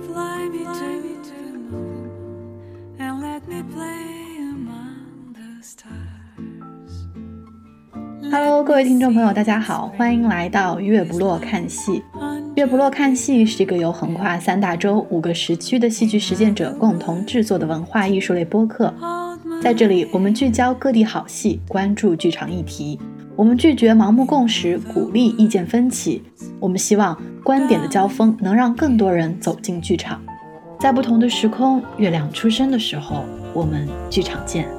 fly me to the moon and let me play among the stars. Hello， 各位听众朋友，大家好，欢迎来到月不落看戏。月不落看戏是一个由横跨3大洲5个时区的戏剧实践者共同制作的文化艺术类播客。在这里，我们聚焦各地好戏，关注剧场议题。我们拒绝盲目共识，鼓励意见分歧。我们希望观点的交锋能让更多人走进剧场。在不同的时空，月亮出生的时候，我们剧场见。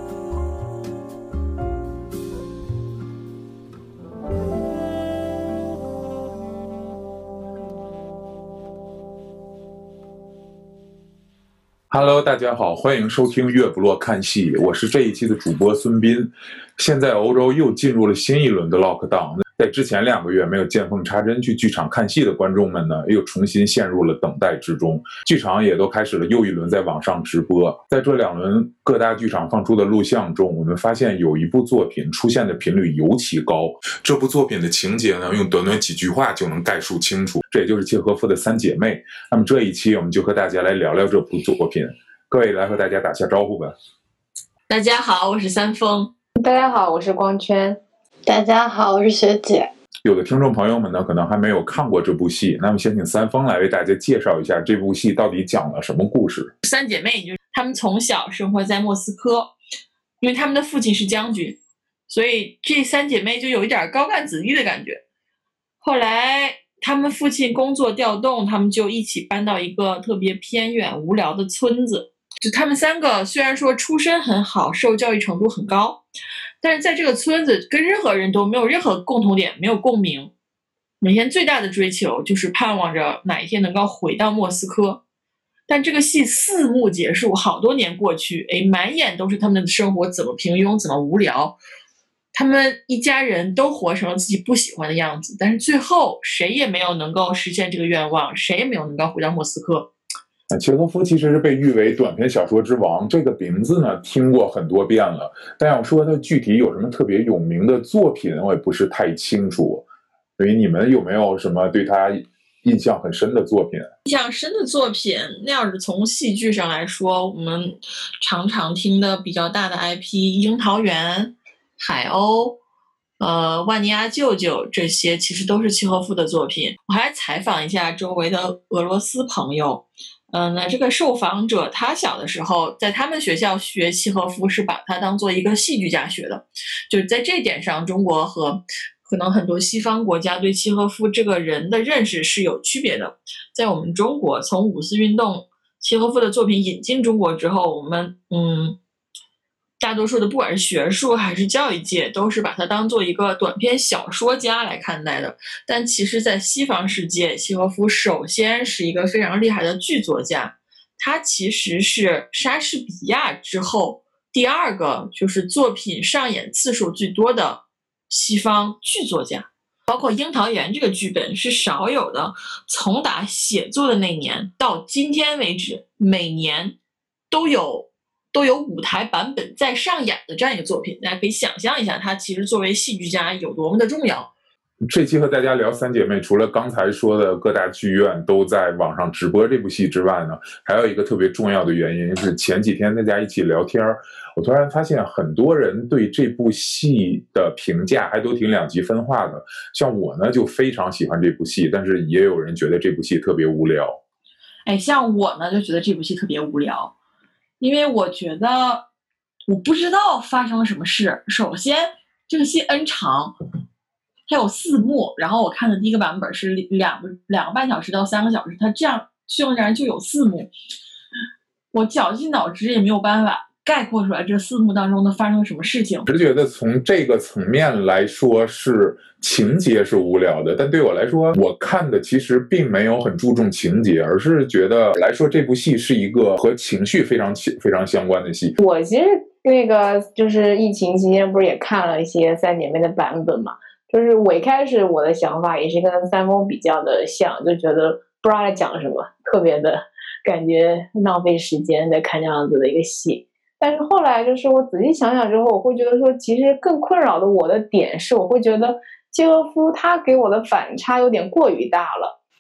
Hello， 大家好，欢迎收听月不落看戏，我是这一期的主播孙斌。现在欧洲又进入了新一轮的 lockdown， 在之前2个月没有见缝插针去剧场看戏的观众们呢，又重新陷入了等待之中。剧场也都开始了又一轮在网上直播。在这2轮各大剧场放出的录像中，我们发现有一部作品出现的频率尤其高。这部作品的情节呢，用短短几句话就能概述清楚，这也就是契诃夫的《三姐妹》。那么这一期我们就和大家来聊聊这部作品。各位来和大家打下招呼吧。 大家好，我是三丰。 大家好，我是光圈。 大家好，我是学姐。 有的听众朋友们呢，可能还没有看过这部戏，那么先请三丰来为大家介绍一下这部戏到底讲了什么故事。 三姐妹就是她们从小生活在莫斯科，因为她们的父亲是将军，所以这三姐妹就有一点高干子弟的感觉。后来她们父亲工作调动，她们就一起搬到一个特别偏远无聊的村子。就她们3个虽然说出身很好，受教育程度很高，但是在这个村子跟任何人都没有任何共同点，没有共鸣。每天最大的追求就是盼望着哪一天能够回到莫斯科。但这个戏4幕结束，好多年过去，满眼都是他们的生活怎么平庸，怎么无聊。他们一家人都活成了自己不喜欢的样子，但是最后谁也没有能够实现这个愿望，谁也没有能够回到莫斯科。 契诃夫其实是被誉为短篇小说之王，这个名字呢听过很多遍了，但要说他具体有什么特别有名的作品，我也不是太清楚。所以你们有没有什么对他印象很深的作品？ 印象深的作品，那要是从戏剧上来说，我们常常听的比较大的 IP， 樱桃园、海鸥、万尼亚舅舅，这些其实都是契诃夫的作品。我还采访一下周围的俄罗斯朋友。那这个受访者他小的时候在他们学校学契诃夫是把他当做一个戏剧家学的，就是在这点上中国和可能很多西方国家对契诃夫这个人的认识是有区别的。在我们中国，从五四运动契诃夫的作品引进中国之后，我们大多数的不管是学术还是教育界都是把它当做一个短篇小说家来看待的。但其实在西方世界，契诃夫首先是一个非常厉害的剧作家，他其实是莎士比亚之后第2个就是作品上演次数最多的西方剧作家。包括樱桃园这个剧本是少有的，从打写作的那年到今天为止，每年都有舞台版本在上演的这样一个作品。大家可以想象一下他其实作为戏剧家有多么的重要。 这期和大家聊三姐妹，除了刚才说的各大剧院都在网上直播这部戏之外呢，还有一个特别重要的原因是前几天大家一起聊天，我突然发现很多人对这部戏的评价还都挺两极分化的。像我呢就非常喜欢这部戏，但是也有人觉得这部戏特别无聊。 像我呢就觉得这部戏特别无聊，因为我觉得我不知道发生了什么事。首先这个戏 N 长，它有4幕，然后我看的第一个版本是2个半小时到3个小时，它这样竟然就有4幕，我绞尽脑汁也没有办法概括出来这4幕当中的发生了什么事情。 我是觉得从这个层面来说是情节是无聊的，但对我来说，我看的其实并没有很注重情节，而是觉得来说这部戏是一个和情绪非常相关的戏。 我其实那个就是疫情期间不是也看了一些三姐妹的版本嘛，就是我一开始我的想法也是跟三丰比较的像，就觉得不知道在讲什么，特别的感觉浪费时间在看这样子的一个戏。但是后来就是我仔细想想之后，我会觉得说其实更困扰的我的点是，我会觉得契诃夫他给我的反差有点过于大了。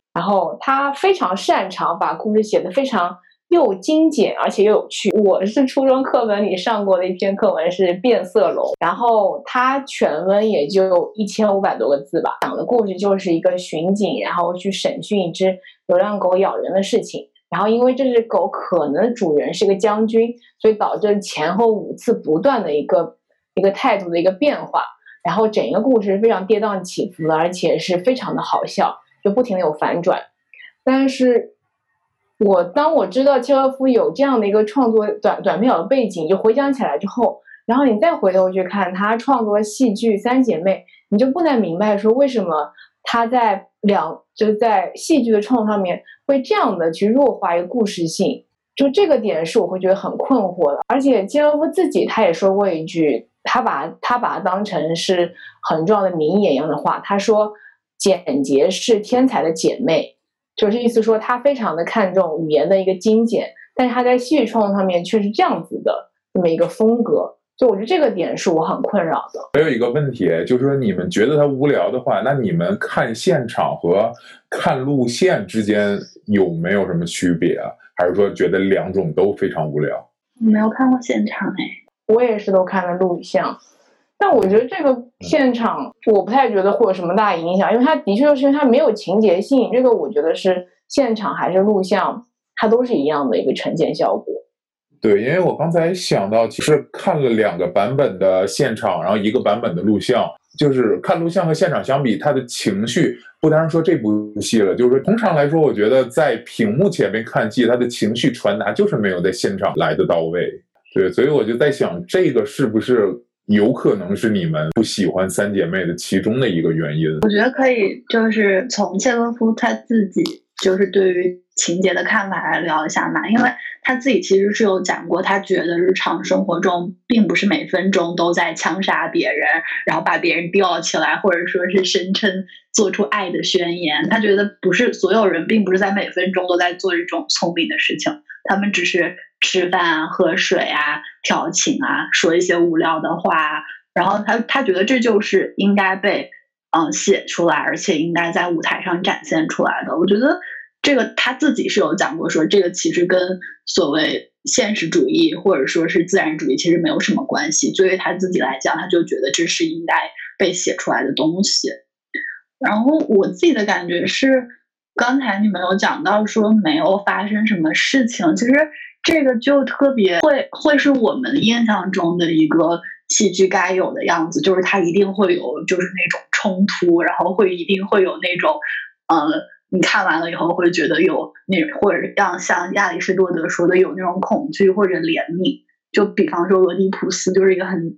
然后他非常擅长把故事写得非常又精简而且又有趣。我是初中课本里上过的一篇课文是变色龙，然后它全文也就1500多个字吧，讲的故事就是一个巡警然后去审讯一只流浪狗咬人的事情，然后因为这只狗可能主人是个将军，所以导致前后5次不断的一个态度的一个变化，然后整个故事是非常跌宕起伏的，而且是非常的好笑，就不停的有反转。但是当我知道契诃夫有这样的一个创作短片的背景，就回想起来之后，然后你再回头去看他创作戏剧《三姐妹》，你就不难明白说为什么他在戏剧的创作上面会这样的去弱化一个故事性，就这个点是我会觉得很困惑的。而且契诃夫自己他也说过一句，他把它当成是很重要的名言一样的话，他说简洁是天才的姐妹，就是意思说他非常的看重语言的一个精简，但是他在戏剧创作上面却是这样子的这么一个风格，就我觉得这个点是我很困扰的。 还有一个问题就是说，你们觉得它无聊的话，那你们看现场和看路线之间有没有什么区别啊？还是说觉得两种都非常无聊？ 我没有看过现场我也是都看了录像，但我觉得这个现场我不太觉得会有什么大影响，因为它的确就是它没有情节性，这个我觉得是现场还是录像它都是一样的一个呈现效果。 对，因为我刚才想到其实看了2个版本的现场，然后1个版本的录像，就是看录像和现场相比，它的情绪不单是说这部戏了，就是说通常来说我觉得在屏幕前面看戏，它的情绪传达就是没有在现场来的到位。对，所以我就在想，这个是不是有可能是你们不喜欢三姐妹的其中的一个原因？ 我觉得可以就是从契诃夫他自己就是对于情节的看法来聊一下嘛，因为他自己其实是有讲过，他觉得日常生活中并不是每分钟都在枪杀别人，然后把别人吊起来，或者说是声称做出爱的宣言。他觉得不是所有人并不是在每分钟都在做这种聪明的事情，他们只是吃饭啊、喝水啊、调情啊、说一些无聊的话啊，然后他觉得这就是应该被写出来，而且应该在舞台上展现出来的。我觉得这个他自己是有讲过，说这个其实跟所谓现实主义或者说是自然主义其实没有什么关系。对于他自己来讲，他就觉得这是应该被写出来的东西。然后我自己的感觉是，刚才你们有讲到说没有发生什么事情，其实这个就特别会是我们印象中的一个戏剧该有的样子，就是它一定会有就是那种冲突，然后一定会有那种你看完了以后会觉得有或者像亚里士多德说的有那种恐惧或者怜悯。就比方说俄狄浦斯就是一个很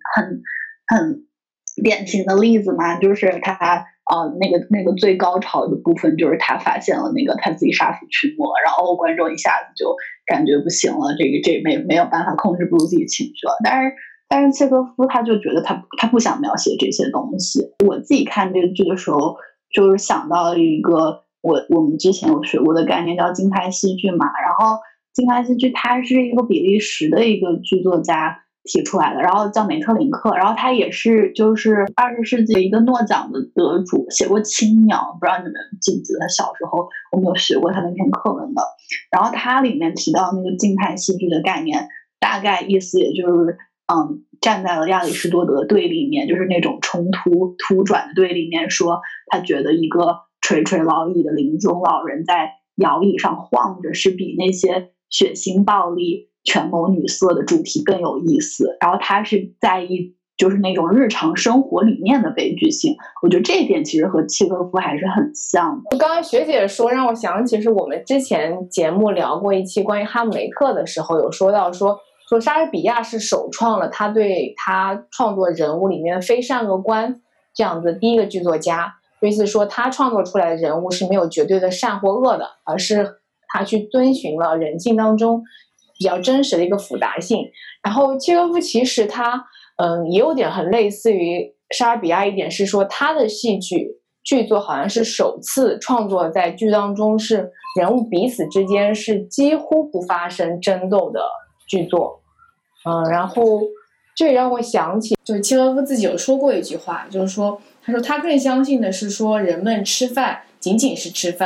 典型的例子嘛，就是他那个最高潮的部分就是他发现了那个他自己杀父驱魔，然后观众一下子就感觉不行了，这没有办法控制不住自己情绪了。但是契诃夫他就觉得他不想描写这些东西。我自己看这个剧的时候，就是想到了一个我们之前有学过的概念叫静态戏剧嘛，然后静态戏剧它是一个比利时的一个剧作家提出来的，然后叫梅特林克，然后他也是就是20世纪一个诺奖的得主，写过《青鸟》，不知道你们记不记得他小时候我们有学过他那篇课文的。然后他里面提到那个静态戏剧的概念，大概意思也就是站在了亚里士多德对立面，就是那种冲突突转的对立面，说他觉得一个垂垂老矣的临终老人在摇椅上晃着是比那些血腥暴力权谋女色的主题更有意思，然后他是在意就是那种日常生活里面的悲剧性。我觉得这一点其实和契诃夫还是很像的。 刚才学姐说让我想起是我们之前节目聊过一期关于哈姆雷特的时候，有说到说莎士比亚是首创了他对他创作人物里面非善恶观这样子第一个剧作家，意思说他创作出来的人物是没有绝对的善或恶的，而是他去遵循了人性当中比较真实的一个复杂性。然后契诃夫其实他也有点很类似于莎士比亚一点，是说他的戏剧作好像是首次创作在剧当中是人物彼此之间是几乎不发生争斗的剧作。然后这也让我想起就是契诃夫自己有说过一句话，就是说他说他更相信的是说人们吃饭仅仅是吃饭，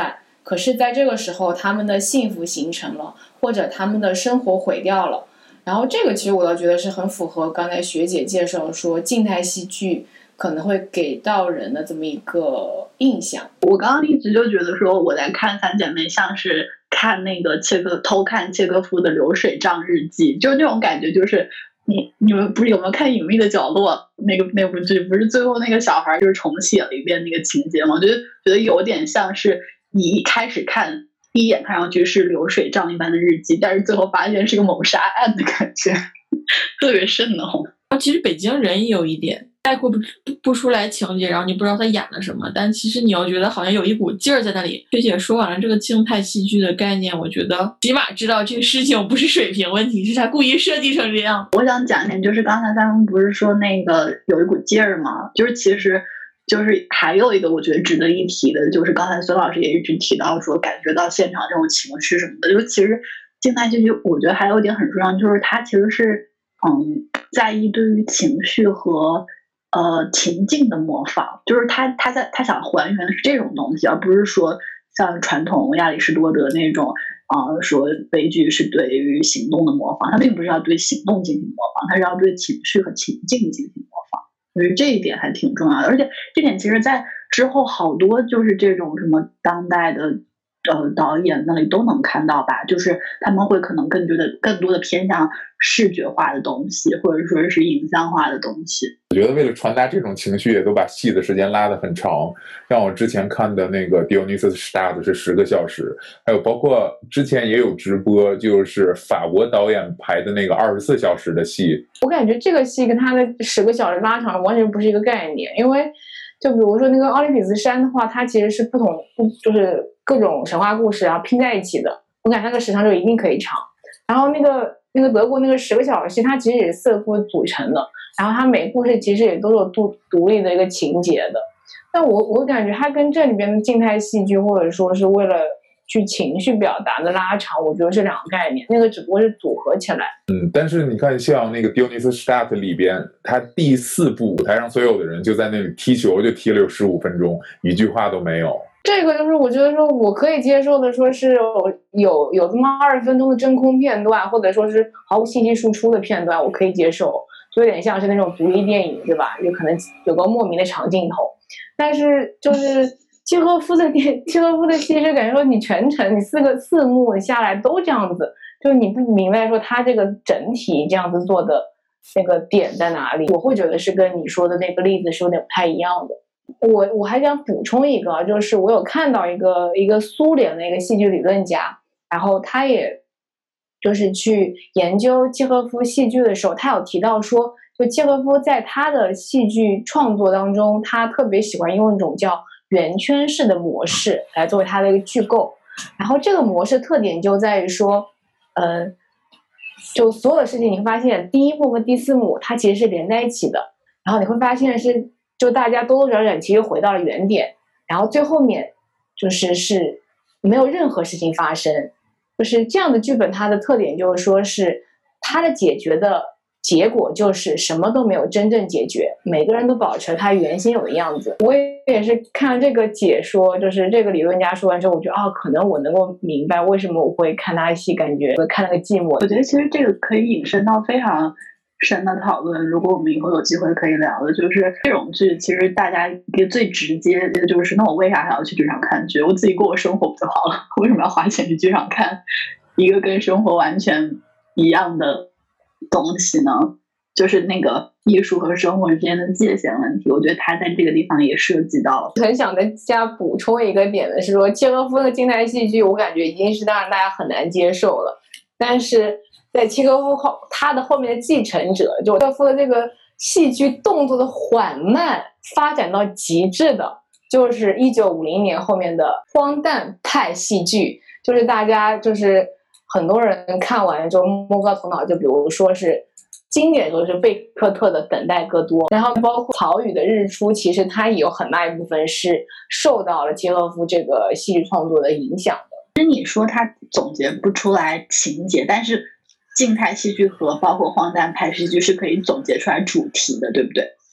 可是在这个时候他们的幸福形成了，或者他们的生活毁掉了。然后这个其实我倒觉得是很符合刚才学姐介绍说静态戏剧可能会给到人的这么一个印象。 我刚刚一直就觉得说我在看三姐妹像是看那个偷看契诃夫的流水账日记，就那种感觉，就是你们不是有没有看《隐秘的角落》那部剧？不是最后那个小孩就是重写了一遍那个情节吗？我就觉得有点像是你一开始看第一眼看上去是流水账一般的日记，但是最后发现是个谋杀案的感觉，特别瘆得慌。 其实北京人也有一点概括不出来情节，然后你不知道他演了什么，但其实你又觉得好像有一股劲儿在那里。学姐说完了这个静态戏剧的概念，我觉得起码知道这个事情不是水平问题，是他故意设计成这样。 我想讲一点，就是刚才三峰不是说那个有一股劲儿吗？就是其实就是还有一个我觉得值得一提的，就是刚才孙老师也一直提到说感觉到现场这种情绪什么的，就其实静态戏剧我觉得还有一点很重要，就是它其实是在意对于情绪和情境的模仿，就是他想还原的是这种东西，而不是说像传统亚里士多德那种说悲剧是对于行动的模仿，他并不是要对行动进行模仿，他是要对情绪和情境进行模仿。我觉得这一点还挺重要的，而且这点其实在之后好多就是这种什么当代的导演那里都能看到吧，就是他们会可能更多的偏向视觉化的东西，或者说是影像化的东西。 我觉得为了传达这种情绪，也都把戏的时间拉得很长。像我之前看的那个 Dionysus Stadt 是10个小时，还有包括之前也有直播，就是法国导演拍的那个24小时的戏。 我感觉这个戏跟他的10个小时拉长完全不是一个概念，因为就比如说那个奥林匹斯山的话，它其实是就是各种神话故事然后拼在一起的，我感觉那个时长就一定可以长。然后那个德国那个10个小时戏，它其实也是4个故事组成的，然后它每个故事其实也都有独立的一个情节的。但我感觉它跟这里边的静态戏剧或者说是为了去情绪表达的拉长，我觉得是2个概念，那个只不过是组合起来。 但是你看像那个 Dionysus Stadt 里边，他第4部舞台上所有的人就在那里踢球，就踢了有15分钟，一句话都没有。 这个就是我觉得说我可以接受的，说是有这么20分钟的真空片段，或者说是毫无信息输出的片段，我可以接受，就有点像是那种独立电影，对吧？有可能有个莫名的长镜头。但是就是契诃夫的戏是感觉说你全程你四幕你下来都这样子，就是你不明白说他这个整体这样子做的那个点在哪里。我会觉得是跟你说的那个例子是有点不太一样的。我还想补充一个，就是我有看到一个苏联的一个戏剧理论家，然后他也就是去研究契诃夫戏剧的时候，他有提到说，就契诃夫在他的戏剧创作当中，他特别喜欢用一种叫圆圈式的模式来作为他的一个剧构。然后这个模式特点就在于说，就所有的事情你会发现第1幕和第4幕它其实是连在一起的，然后你会发现是就大家多多少少其实回到了原点，然后最后面就是没有任何事情发生。就是这样的剧本，它的特点就是说是它的解决的结果就是什么都没有真正解决，每个人都保持他原先有的样子。我也是看这个解说，就是这个理论家说完之后，我觉得可能我能够明白为什么我会看他戏感觉看那个寂寞。 我觉得其实这个可以引申到非常深的讨论，如果我们以后有机会可以聊的，就是这种剧其实大家一个最直接的就是那我为啥还要去剧场看剧？我自己过我生活不就好了，为什么要花钱去剧场看一个跟生活完全一样的东西呢？就是那个艺术和生活之间的界限问题，我觉得他在这个地方也涉及到了。 很想再加补充一个点的是说，契诃夫的静态戏剧我感觉已经是让大家很难接受了，但是在契诃夫他的后面的继承者，就契诃夫的这个戏剧动作的缓慢发展到极致的，就是1950年后面的荒诞派戏剧，就是大家就是很多人看完之后摸不到头脑，就比如说是经典就是贝克特的《等待戈多》，然后包括曹禺的《日出》，其实它也有很大一部分是受到了契诃夫这个戏剧创作的影响的。 其实你说他总结不出来情节，但是静态戏剧和包括荒诞派戏剧是可以总结出来主题的，对不对？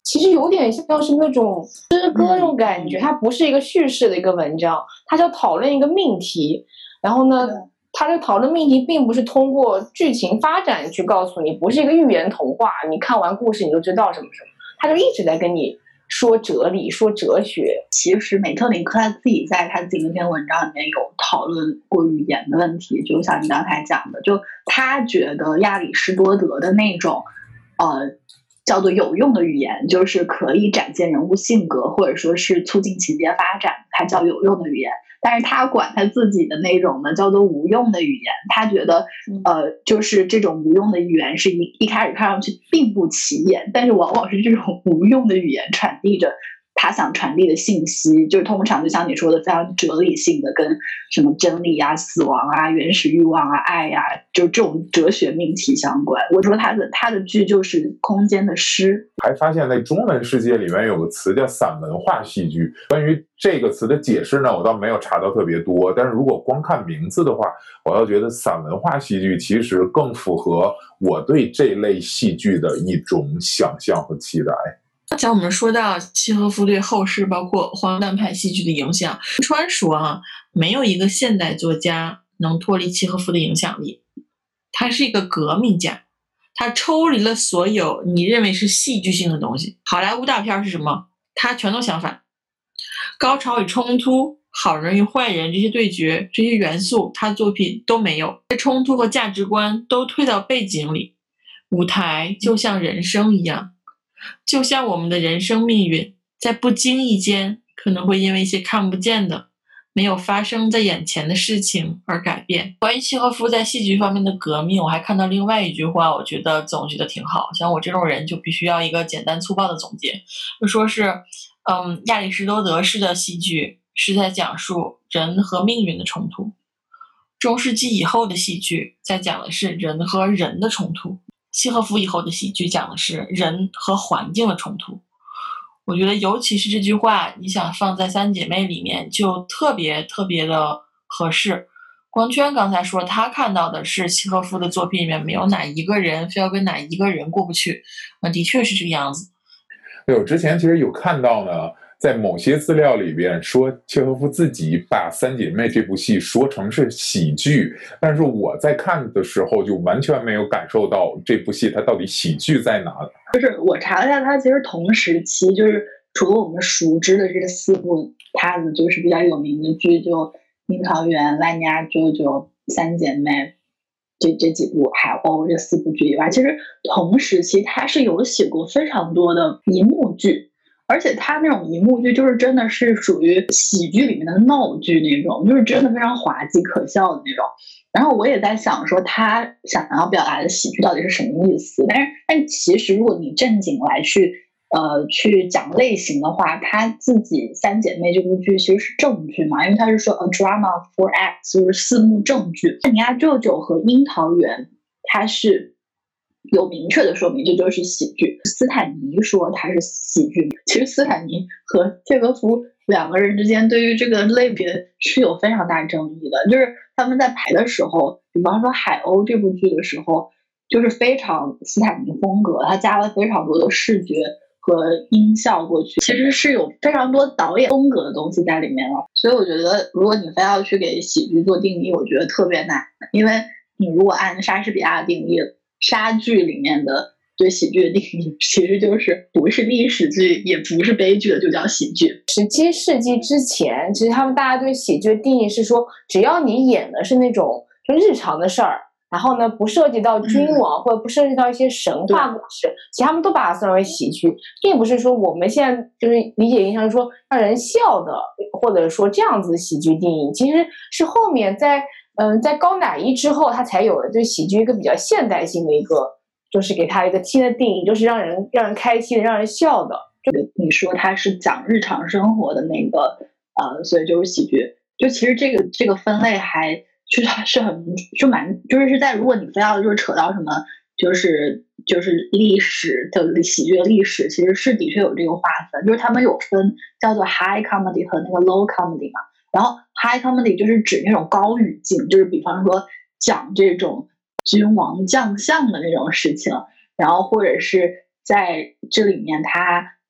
其实有点像是那种诗歌那种感觉，它不是一个叙事的一个文章，它就讨论一个命题，然后呢，它这个讨论命题并不是通过剧情发展去告诉你，不是一个寓言童话，你看完故事你就知道什么什么，它就一直在跟你说哲理，说哲学。 其实梅特林克他自己在他自己那篇文章里面有讨论过语言的问题，就像你刚才讲的，就他觉得亚里士多德的那种叫做有用的语言，就是可以展现人物性格或者说是促进情节发展，它叫有用的语言。但是他管他自己的那种呢叫做无用的语言，他觉得就是这种无用的语言是一开始看上去并不起眼，但是往往是这种无用的语言传递着他想传递的信息，就是通常就像你说的非常哲理性的，跟什么真理啊、死亡啊、原始欲望啊、爱啊，就这种哲学命题相关。我说他的剧就是空间的诗。 还发现在中文世界里面有个词叫散文化戏剧，关于这个词的解释呢，我倒没有查到特别多，但是如果光看名字的话，我倒觉得散文化戏剧其实更符合我对这类戏剧的一种想象和期待。 像我们说到契诃夫对后世包括荒诞派戏剧的影响，川说啊，没有一个现代作家能脱离契诃夫的影响力。他是一个革命家，他抽离了所有你认为是戏剧性的东西。好莱坞大片是什么？他全都相反。高潮与冲突、好人与坏人这些对决、这些元素，他作品都没有。这冲突和价值观都推到背景里。舞台就像人生一样。就像我们的人生命运，在不经意间可能会因为一些看不见的、没有发生在眼前的事情而改变。关于契诃夫在戏剧方面的革命，我还看到另外一句话，我觉得总结的挺好。像我这种人就必须要一个简单粗暴的总结，就说是亚里士多德式的戏剧是在讲述人和命运的冲突，中世纪以后的戏剧在讲的是人和人的冲突，契诃夫以后的喜剧讲的是人和环境的冲突。我觉得尤其是这句话，你想放在三姐妹里面就特别特别的合适。光圈刚才说他看到的是契诃夫的作品里面没有哪一个人非要跟哪一个人过不去，的确是这个样子。 对，我之前其实有看到呢，在某些资料里边说契诃夫自己把三姐妹这部戏说成是喜剧，但是我在看的时候就完全没有感受到这部戏它到底喜剧在哪里。 就是我查了一下，它其实同时期就是除了我们熟知的这4部它的就是比较有名的剧，就樱桃园、烂泥阿舅舅、三姐妹这几部海鸥这4部剧以外，其实同时期它是有写过非常多的银幕剧，而且它那种银幕剧就是真的是属于喜剧里面的闹剧那种，就是真的非常滑稽可笑的那种。然后我也在想说他想要表达的喜剧到底是什么意思，但其实如果你正经来去讲类型的话，他自己三姐妹这部剧其实是正剧嘛，因为他是说 a drama of 4 acts， 就是4幕正剧。烂泥阿舅舅和樱桃园它是有明确的说明这就是喜剧，斯坦尼说它是喜剧。其实斯坦尼和契诃夫两个人之间对于这个类别是有非常大争议的，就是他们在排的时候，比方说海鸥这部剧的时候，就是非常斯坦尼风格，他加了非常多的视觉和音效过去，其实是有非常多导演风格的东西在里面了。所以我觉得如果你非要去给喜剧做定义，我觉得特别难，因为你如果按莎士比亚的定义，莎剧里面的对喜剧的定义其实就是不是历史剧也不是悲剧的就叫喜剧。 17世纪之前，其实他们大家对喜剧的定义是说，只要你演的是那种就日常的事儿，然后呢不涉及到君王或者不涉及到一些神话故事，其实他们都把它算为喜剧，并不是说我们现在就是理解意义上说让人笑的，或者说这样子的喜剧定义，其实是后面在高乃伊之后，他才有了对喜剧一个比较现代性的一个，就是给他一个新的定义，就是让人开心的、让人笑的。 你说他是讲日常生活的那个所以就是喜剧。就其实这个分类还是很就是在如果你非要就是扯到什么就是历史的喜剧的历史，其实是的确有这个划分，就是他们有分叫做 high comedy 和那个 low comedy 嘛。然后 high comedy 就是指那种高语境，就是比方说讲这种君王将相的那种事情，然后或者是在这里面他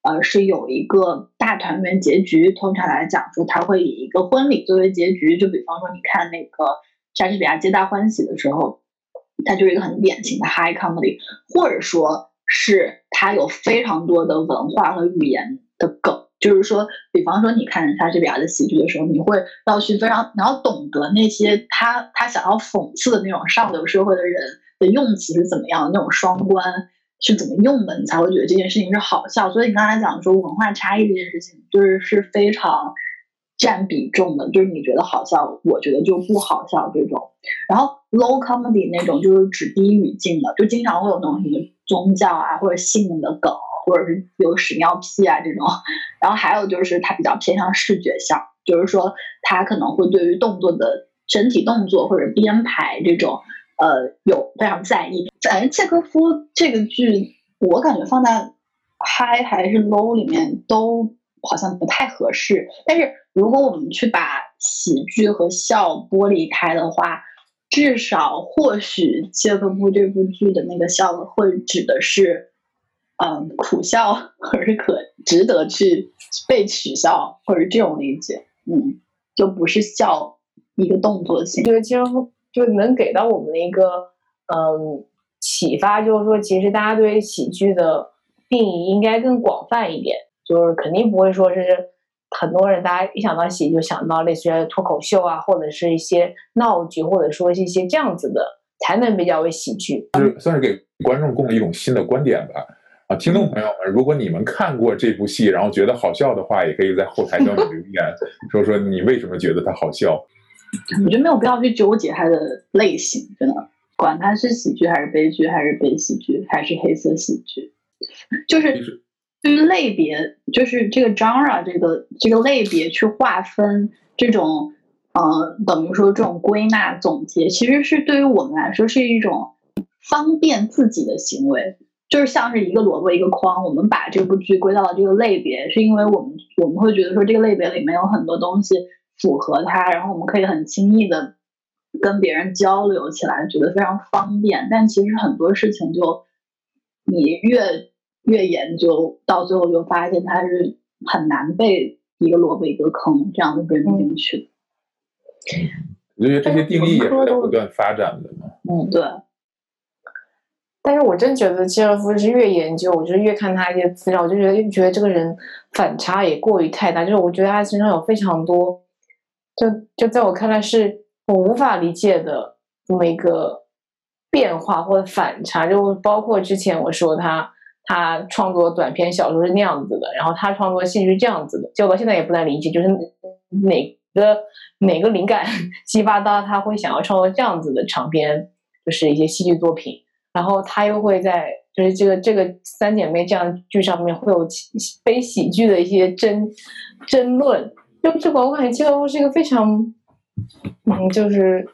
是有一个大团圆结局。通常来讲说，它会以一个婚礼作为结局。就比方说，你看那个莎士比亚《皆大欢喜》的时候，它就是一个很典型的 high comedy， 或者说是它有非常多的文化和语言的梗。就是说，比方说你看莎士比亚的喜剧的时候，你要懂得那些他想要讽刺的那种上流社会的人的用词是怎么样的，那种双关是怎么用的，你才会觉得这件事情是好笑。所以你刚才讲说文化差异这件事情，是非常占比重的，就是你觉得好笑，我觉得就不好笑这种。然后 low comedy 那种就是指低语境的，就经常会有那种什么宗教啊或者性的梗，或者是有屎尿屁啊这种。然后还有就是它比较偏向视觉向，就是说它可能会对于动作的整体动作或者编排这种有非常在意。反正契诃夫这个剧我感觉放在 high 还是 low 里面都好像不太合适。但是如果我们去把喜剧和笑剥离开的话，至少或许契诃夫这部剧的那个笑会指的是苦笑，或者是值得去被取笑，或者这种理解。就不是笑一个动作性。 这个契诃夫就能给到我们的一个启发，就是说其实大家对喜剧的定义应该更广泛一点，就是肯定不会说是很多人大家一想到喜剧就想到类似于脱口秀啊，或者是一些闹剧，或者说一些这样子的才能被叫为喜剧， 算是给观众供了一种新的观点吧。听众朋友们，如果你们看过这部戏，然后觉得好笑的话，也可以在后台给我们留言，说你为什么觉得它好笑。 我觉得没有必要去纠结它的类型，真的，管它是喜剧还是悲剧，还是悲喜剧，还是黑色喜剧，就是对于类别，就是这个 genre 这个类别去划分这种等于说这种归纳总结，其实是对于我们来说是一种方便自己的行为。就是像是一个萝卜一个筐，我们把这部剧归到了这个类别，是因为我们会觉得说这个类别里面有很多东西符合它，然后我们可以很轻易的跟别人交流起来，觉得非常方便。但其实很多事情就你越研究，到最后就发现它是很难被一个萝卜一个坑这样的扔进去的。 我觉得这些定义也是在不断发展的嘛。 对。 但是我真觉得契诃夫是越研究，我就越看他一些资料，我就觉得这个人反差也过于太大。就是我觉得他身上有非常多，就在我看来是我无法理解的这么一个变化或者反差。就包括之前我说他创作短篇小说是那样子的，然后他创作戏剧是这样子的，就我现在也不能理解，就是哪个灵感激发到他会想要创作这样子的长篇，就是一些戏剧作品。然后他又会在就是这个三姐妹这样剧上面会有非喜剧的一些争论，就这个我感觉契诃夫是一个非常就是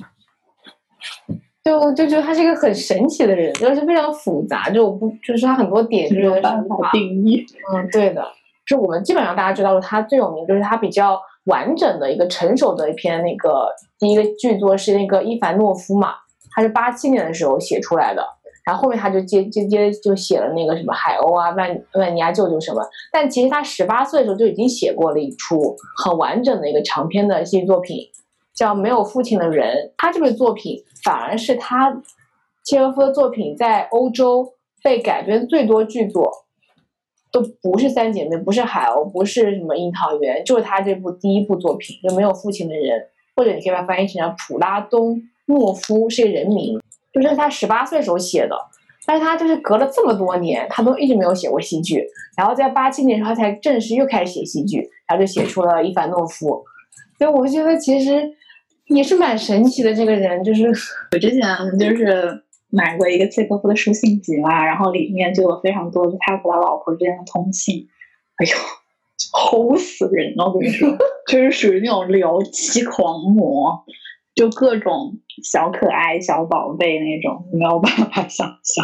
他是一个很神奇的人，就是非常复杂，就是他很多点就是没有办法定义。 对的，就是我们基本上大家知道他最有名就是他比较完整的一个成熟的一篇那个第一个剧作是那个伊凡诺夫嘛。他是87年的时候写出来的，然后后面他就接就写了那个什么海鸥啊、万尼亚舅舅什么。但其实他18岁的时候就已经写过了一出很完整的一个长篇的戏剧作品，叫《没有父亲的人》。他这个作品反而是他契诃夫的作品在欧洲被改编最多剧作，都不是三姐妹，不是海鸥，不是什么樱桃园，就是他这部第一部作品，就《没有父亲的人》，或者你可以把它翻译成普拉东诺夫是一个人名，就是他18岁时候写的，但是他就是隔了这么多年，他都一直没有写过戏剧，然后在87年的时候他才正式又开始写戏剧，然后就写出了伊凡诺夫。所以我觉得其实也是蛮神奇的，这个人就是我之前就是买过一个契诃夫的书信集嘛，然后里面就有非常多的他和他老婆之间的通信，哎呦齁死人了，我跟你说就是属于那种聊妻狂魔，就各种小可爱小宝贝那种，没有办法想象。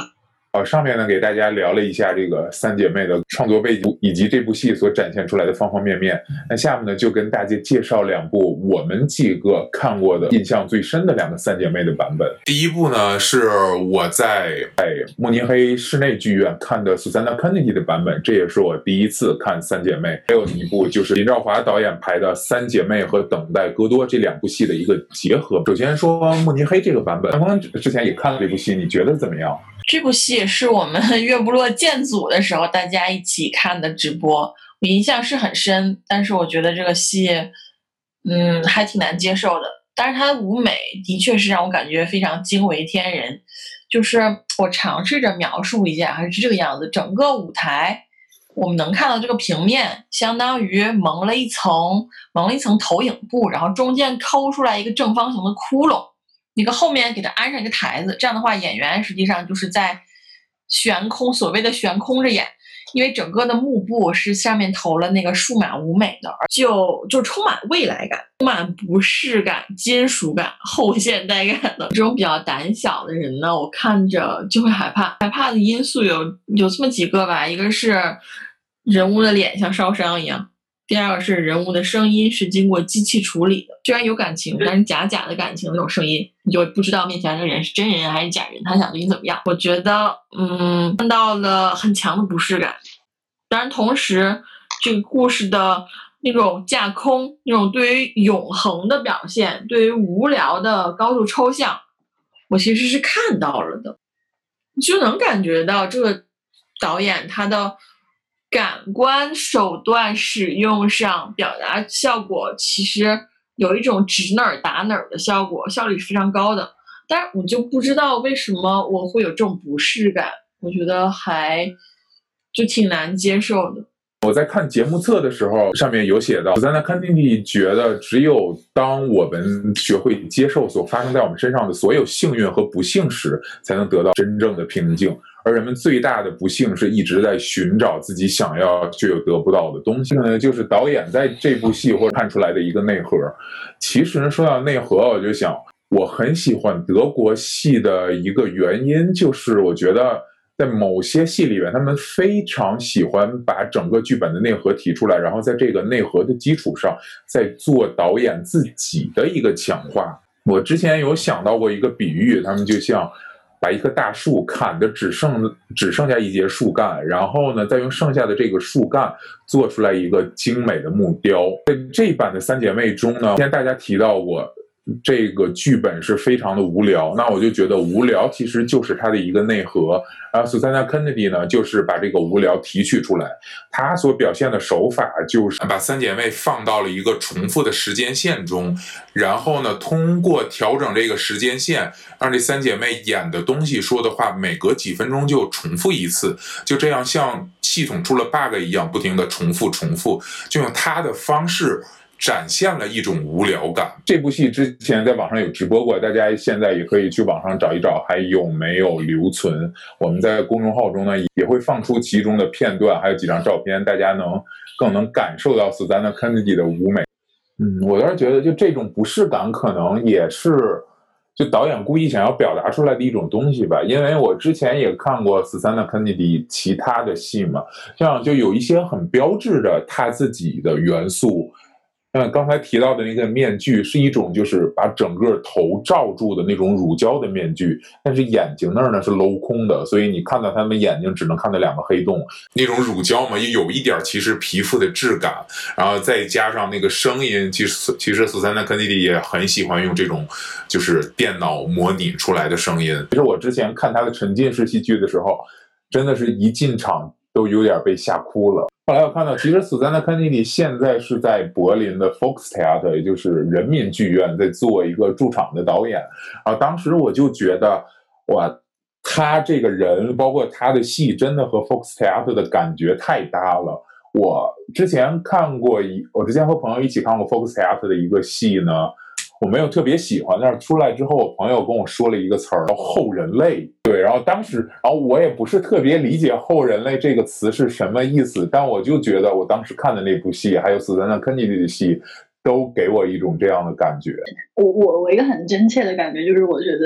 上面呢给大家聊了一下这个三姐妹的创作背景以及这部戏所展现出来的方方面面。那下面呢就跟大家介绍两部我们几个看过的印象最深的两个三姐妹的版本。第一部呢是我在慕尼黑室内剧院看的 Susanna Kennedy 的版本，这也是我第一次看三姐妹。还有一部就是林兆华导演拍的三姐妹和等待戈多这两部戏的一个结合。首先说慕尼黑这个版本，刚之前也看了这部戏，你觉得怎么样？ 这部戏是我们乐部落建组的时候大家一起看的直播，我印象是很深，但是我觉得这个戏还挺难接受的。但是它的舞美的确是让我感觉非常惊为天人，就是我尝试着描述一下，还是这个样子。整个舞台我们能看到这个平面相当于蒙了一层投影布，然后中间抠出来一个正方形的窟窿，那个后面给它安上一个台子，这样的话演员实际上就是在悬空，所谓的悬空着演，因为整个的幕布是上面投了那个数码舞美的，就充满未来感，充满不适感、金属感、后现代感的。这种比较胆小的人呢，我看着就会害怕，害怕的因素有这么几个吧，一个是人物的脸像烧伤一样，第二个是人物的声音是经过机器处理的，虽然有感情，但是假的感情那种声音，你就不知道面前这个人是真人还是假人，他想对你怎么样。我觉得看到了很强的不适感。当然同时这个故事的那种架空，那种对于永恒的表现，对于无聊的高度抽象，我其实是看到了的。你就能感觉到这个导演他的感官手段使用上表达效果其实有一种指哪儿打哪儿的效果，效率是非常高的。但是我就不知道为什么我会有这种不适感，我觉得还就挺难接受的。 我在看节目册的时候，上面有写到 Susanna Kennedy 觉得只有当我们学会接受所发生在我们身上的所有幸运和不幸时，才能得到真正的平静。而人们最大的不幸是一直在寻找自己想要却又得不到的东西。呢，就是导演在这部戏或者看出来的一个内核。其实说到内核，我就想我很喜欢德国戏的一个原因，就是我觉得在某些戏里面，他们非常喜欢把整个剧本的内核提出来，然后在这个内核的基础上再做导演自己的一个强化。我之前有想到过一个比喻，他们就像把一棵大树砍得只剩下一截树干，然后呢再用剩下的这个树干做出来一个精美的木雕。在这一版的三姐妹中呢，之前大家提到过这个剧本是非常的无聊，那我就觉得无聊其实就是它的一个内核。然后 Susanna Kennedy 呢，就是把这个无聊提取出来，她所表现的手法就是把三姐妹放到了一个重复的时间线中，然后呢通过调整这个时间线，让这三姐妹演的东西说的话每隔几分钟就重复一次，就这样像系统出了 bug 一样不停的重复，就用她的方式展现了一种无聊感。这部戏之前在网上有直播过，大家现在也可以去网上找一找还有没有留存。我们在公众号中呢也会放出其中的片段，还有几张照片，大家更能感受到 Susanna Kennedy 的舞美。我倒是觉得就这种不适感可能也是就导演故意想要表达出来的一种东西吧。因为我之前也看过 Susanna Kennedy 其他的戏嘛，像就有一些很标志的他自己的元素。刚才提到的那个面具是一种就是把整个头罩住的那种乳胶的面具，但是眼睛那儿呢是镂空的，所以你看到他们眼睛只能看到两个黑洞。那种乳胶嘛，也有一点其实皮肤的质感，然后再加上那个声音，其实Susanna Kennedy 也很喜欢用这种就是电脑模拟出来的声音。其实我之前看他的沉浸式戏剧的时候，真的是一进场都有点被吓哭了。后来我看到，其实 Susanna Kennedy 现在是在柏林的 Volkstheater， 也就是人民剧院，在做一个驻场的导演。当时我就觉得，哇，他这个人，包括他的戏，真的和 Volkstheater 的感觉太搭了。我之前和朋友一起看过 Volkstheater 的一个戏呢，我没有特别喜欢，但是出来之后，我朋友跟我说了一个词儿，叫后人类。对，然后我也不是特别理解后人类这个词是什么意思，但我就觉得我当时看的那部戏，还有Susanna Kennedy的戏，都给我一种这样的感觉。 我一个很真切的感觉就是，我觉得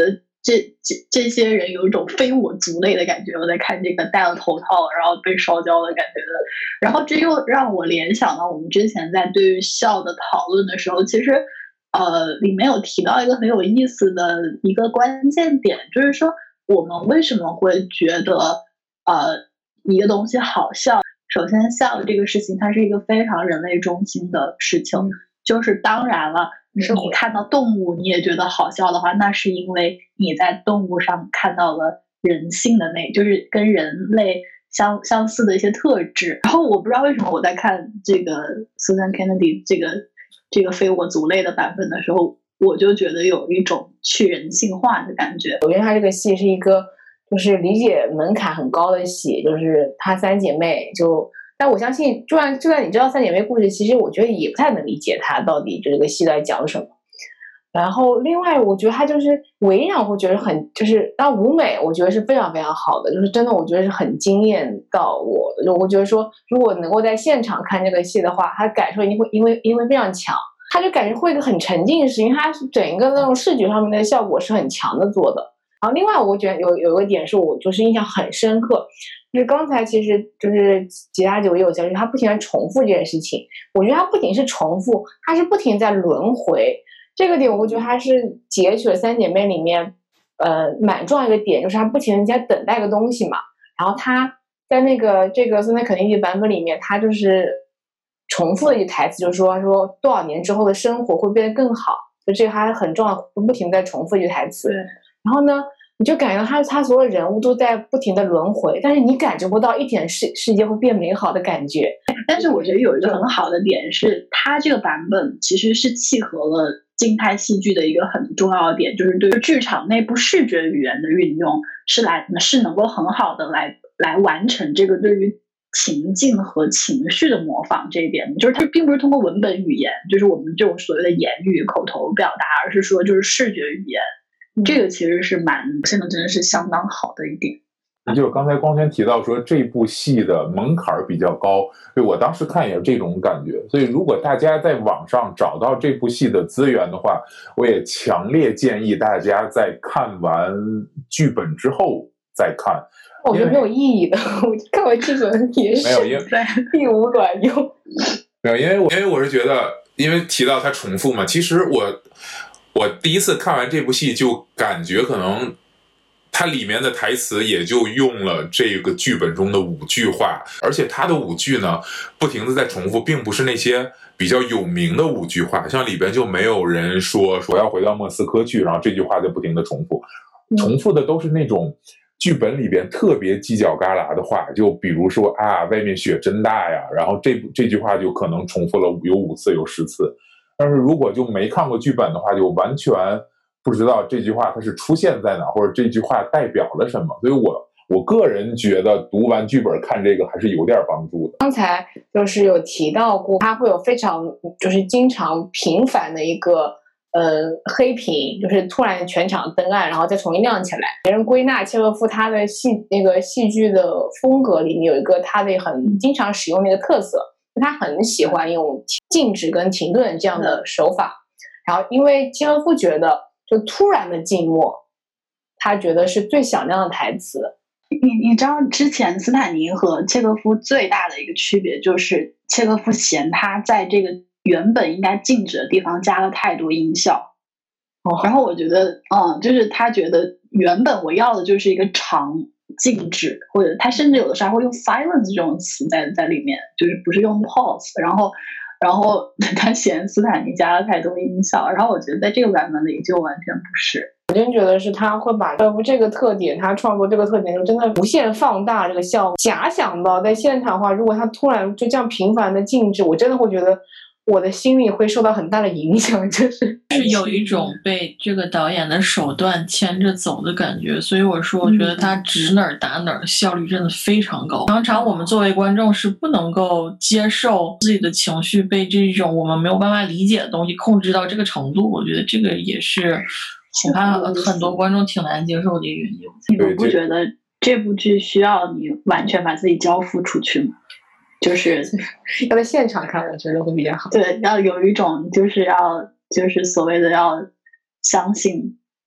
这些人有一种非我族类的感觉。我在看这个戴了头套然后被烧焦的感觉的，然后这又让我联想到我们之前在对于孝的讨论的时候，其实里面有提到一个很有意思的一个关键点，就是说我们为什么会觉得一个东西好笑。首先笑这个事情它是一个非常人类中心的事情，就是当然了你看到动物你也觉得好笑的话，那是因为你在动物上看到了人性的就是跟人类相似的一些特质。然后我不知道为什么我在看这个 Susan Kennedy 这个非我族类的版本的时候，我就觉得有一种去人性化的感觉。 我觉得它这个戏是一个就是理解门槛很高的戏，就是她三姐妹但我相信就算你知道三姐妹故事，其实我觉得也不太能理解她到底这个戏在讲什么。然后另外我觉得她就是唯一让我会觉得就是当舞美我觉得是非常非常好的，就是真的我觉得是很惊艳到我的。我觉得说如果能够在现场看这个戏的话，她感受一定会因为非常强，她就感觉会很沉浸式，因为她是整一个那种视觉上面的效果是很强的做的。然后另外我觉得有一个点是我就是印象很深刻，就是刚才其实就是吉大姐也有讲，就是他不停地重复这件事情。我觉得他不仅是重复，他是不停在轮回。这个点我觉得他是截取了三姐妹里面蛮重要一个点，就是他不停地在等待一个东西嘛。然后他在这个现在肯定的版本里面，他就是重复的一句台词，就是说多少年之后的生活会变得更好，就这个还很重要，不停地在重复一句台词。然后呢你就感觉到他所有人物都在不停的轮回，但是你感觉不到一点世界会变美好的感觉。 但是我觉得有一个很好的点是，他这个版本其实是契合了静态戏剧的一个很重要的点，就是对剧场内部视觉语言的运用是能够很好的来完成这个对于情境和情绪的模仿。这一点就是它并不是通过文本语言，就是我们这种所谓的言语口头表达，而是说就是视觉语言。这个其实是现在真的是相当好的一点。 就是刚才光圈提到说这部戏的门槛比较高，所以我当时看也是这种感觉。所以如果大家在网上找到这部戏的资源的话，我也强烈建议大家在看完剧本之后再看。 我觉得没有意义的，我看完剧本也是并无卵用。 没有，因为我是觉得，因为提到它重复嘛，其实我第一次看完这部戏就感觉可能它里面的台词也就用了这个剧本中的5句话，而且它的5句呢不停的在重复，并不是那些比较有名的5句话，像里边就没有人说我要回到莫斯科去，然后这句话就不停的重复，重复的都是那种剧本里边特别犄角旮旯的话，就比如说外面雪真大呀，然后这句话就可能重复了有5次有10次。但是如果就没看过剧本的话，就完全不知道这句话它是出现在哪，或者这句话代表了什么。所以我个人觉得读完剧本看这个还是有点帮助的。 刚才就是有提到过，它会有非常就是经常频繁的一个黑屏，就是突然全场灯暗，然后再重新亮起来。别人归纳契诃夫他的那个戏剧的风格里面有一个他的很经常使用的一个特色，他很喜欢用静止跟停顿这样的手法。然后因为契诃夫觉得就突然的静默，他觉得是最响亮的台词。 你知道之前斯坦尼和契诃夫最大的一个区别就是契诃夫嫌他在这个原本应该静止的地方加了太多音效，然后我觉得就是他觉得原本我要的就是一个长静止，或者他甚至有的时候会用 silence 这种词在里面，就是不是用 pause， 然后他嫌斯坦尼加了太多音效，然后我觉得在这个版本里就完全不是。 我真觉得是他会把这个特点，他创作这个特点就真的无限放大这个效果。假想到在现场的话，如果他突然就这样频繁的静止，我真的会觉得我的心里会受到很大的影响，就是有一种被这个导演的手段牵着走的感觉。所以我说我觉得他指哪儿打哪儿，效率真的非常高。常常我们作为观众是不能够接受自己的情绪被这种我们没有办法理解的东西控制到这个程度，我觉得这个也是恐怕很多观众挺难接受的一个原因。 你们不觉得这部剧需要你完全把自己交付出去吗？就是要在现场看，我觉得会比较好。 对，要有一种就是所谓的要相信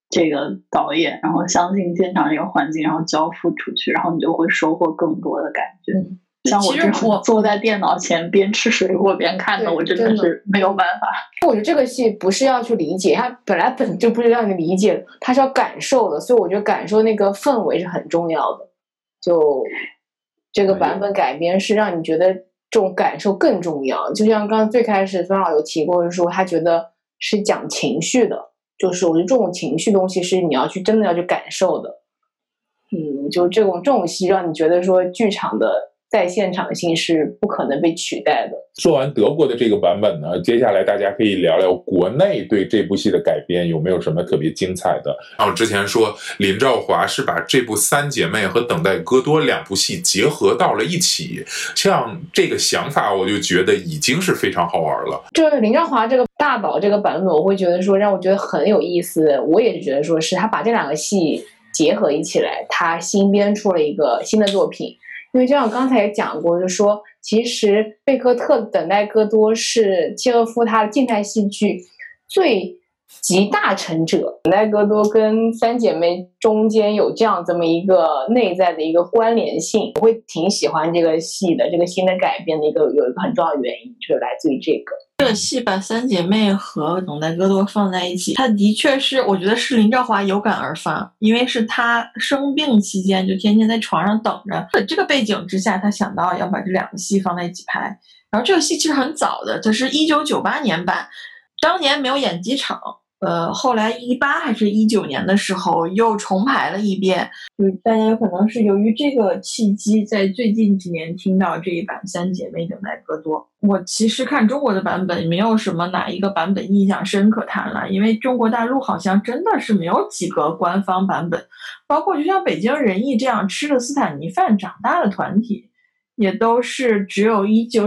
这个导演，然后相信现场这个环境，然后交付出去，然后你就会收获更多的感觉。像我这种坐在电脑前边吃水果边看的，我真的是没有办法。 我觉得这个戏不是要去理解，它本就不是让你理解，它是要感受的，所以我觉得感受那个氛围是很重要的。就这个版本改编是让你觉得这种感受更重要。就像刚刚最开始孙老有提过，是说他觉得是讲情绪的，就是我觉得这种情绪东西是你要去真的要去感受的。就这种戏让你觉得说剧场的在现场性是不可能被取代的。 说完德国的这个版本呢，接下来大家可以聊聊国内对这部戏的改编有没有什么特别精彩的。我之前说林兆华是把这部《三姐妹》和《等待戈多》两部戏结合到了一起，像这个想法我就觉得已经是非常好玩了。 就是林兆华这个大导这个版本，我会觉得说让我觉得很有意思。我也是觉得说是他把这两个戏结合一起来，他新编出了一个新的作品。因为就像我刚才也讲过，就是说其实贝克特的《等待戈多》是契诃夫他的静态戏剧最集大成者。等待戈多跟三姐妹中间有这么一个内在的一个关联性，我会挺喜欢这个戏的。这个新的改编的有一个很重要的原因，就是来自于这个。 这个戏把三姐妹和等待戈多放在一起，它的确是我觉得是林兆华有感而发，因为是他生病期间就天天在床上等着，这个背景之下他想到要把这两个戏放在一起拍。然后这个戏其实很早的，它是1998年版，当年没有演几场，后来18还是19年的时候又重排了一遍。就是大家可能是由于这个契机，在最近几年听到这一版三姐妹等待戈多。我其实看中国的版本没有什么哪一个版本印象深可谈了，因为中国大陆好像真的是没有几个官方版本，包括就像北京人艺这样吃了斯坦尼饭长大的团体，也都是只有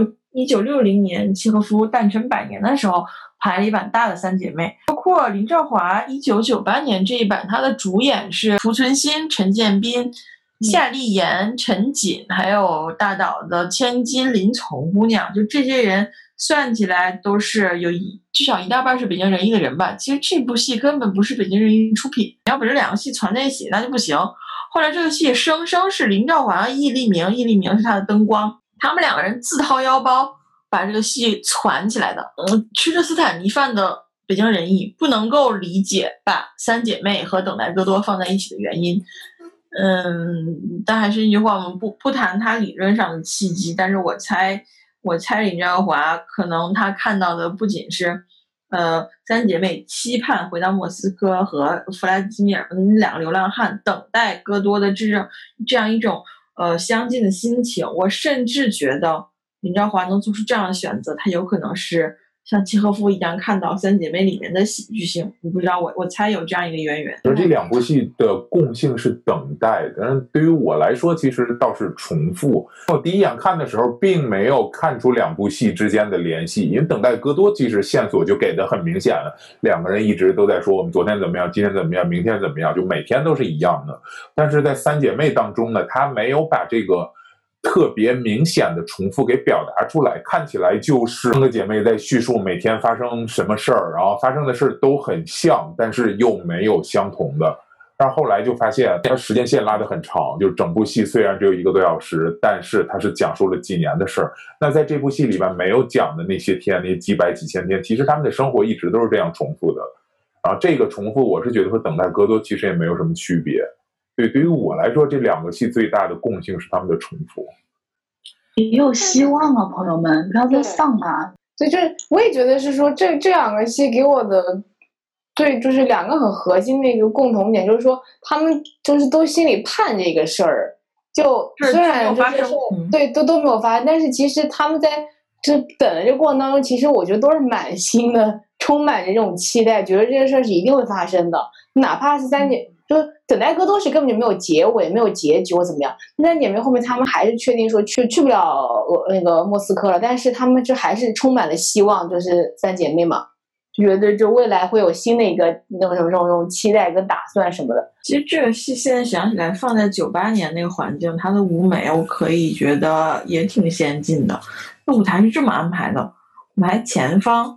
1960年契诃夫诞辰100年的时候排了一版大的三姐妹。包括林兆华1998年这一版，他的主演是濮存昕、陈建斌、夏立言、陈瑾，还有大岛的千金林丛姑娘。就这些人算起来都是有至少一大半是北京人艺的人吧。其实这部戏根本不是北京人艺出品，要把这两个戏攒在一起那就不行。后来这个戏生生是林兆华、易立明是他的灯光，他们两个人自掏腰包把这个戏攒起来的。吃着斯坦尼饭的北京人艺不能够理解把三姐妹和等待戈多放在一起的原因。但还是一句话，我们不谈他理论上的契机，但是我猜林兆华可能他看到的不仅是三姐妹期盼回到莫斯科和弗拉基米尔两个流浪汉等待戈多的这样一种相近的心情。我甚至觉得林兆华能做出这样的选择，他有可能是像契诃夫一样看到三姐妹里面的喜剧性。我不知道，我猜有这样一个渊源。 而这两部戏的共性是等待，但是对于我来说其实倒是重复。我第一眼看的时候并没有看出两部戏之间的联系，因为等待戈多其实线索就给得很明显了，两个人一直都在说我们昨天怎么样，今天怎么样，明天怎么样，就每天都是一样的。但是在三姐妹当中呢，她没有把这个特别明显的重复给表达出来，看起来就是三个姐妹在叙述每天发生什么事儿，然后发生的事都很像，但是又没有相同的。但是后来就发现它时间线拉得很长，就整部戏虽然只有1个多小时，但是它是讲述了几年的事儿。那在这部戏里面没有讲的那些天，那几百几千天，其实他们的生活一直都是这样重复的。然后这个重复我是觉得和等待戈多其实也没有什么区别。对于我来说，这两个戏最大的共性是他们的重复。 也有希望啊，朋友们，不要再丧啊！ 所以我也觉得是说，这两个戏给我的对，就是两个很核心的一个共同点，就是说他们就是都心里盼这个事儿，就虽然这些事对都没有发生，但是其实他们在这等的这个过程当中，其实我觉得都是满心的，充满着这种期待，觉得这件事是一定会发生的，哪怕是三姐。就等待戈多是根本就没有结尾，没有结局或怎么样。三姐妹后面他们还是确定说去不了那个莫斯科了，但是他们就还是充满了希望，就是三姐妹嘛，就觉得就未来会有新的一个那种什么这种期待跟打算什么的。 其实这个戏现在想起来，放在98年那个环境，它的舞美我可以觉得也挺先进的。那舞台是这么安排的，舞台前方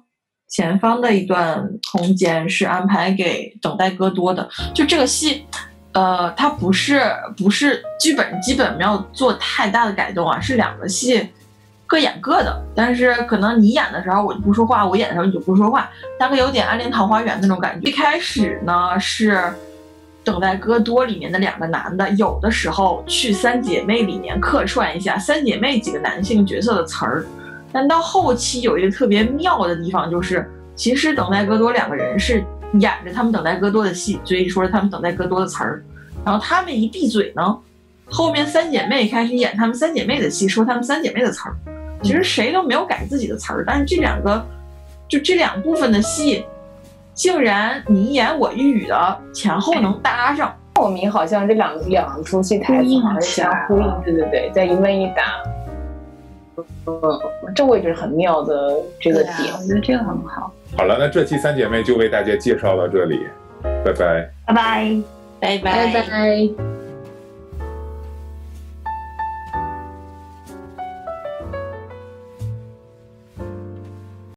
前方的一段空间是安排给等待戈多的。就这个戏，它不是剧本基本没有做太大的改动啊，是两个戏各演各的，但是可能你演的时候我就不说话，我演的时候你就不说话，大概有点暗恋桃花源那种感觉。一开始呢是等待戈多里面的两个男的，有的时候去三姐妹里面客串一下三姐妹几个男性角色的词儿，但到后期有一个特别妙的地方，就是其实等待戈多两个人是演着他们等待戈多的戏，所以说他们等待戈多的词儿，然后他们一闭嘴呢，后面三姐妹开始演他们三姐妹的戏，说他们三姐妹的词儿。其实谁都没有改自己的词儿，但是这两部分的戏，竟然你一言我一语的前后能搭上。 莫名好像这两出戏台词好像相呼应，对，在一问一答。这我也觉得很妙的这个点， 我觉得这个很好。 好了，那这期三姐妹就为大家介绍到这里，拜拜， 拜拜，拜拜， 拜拜。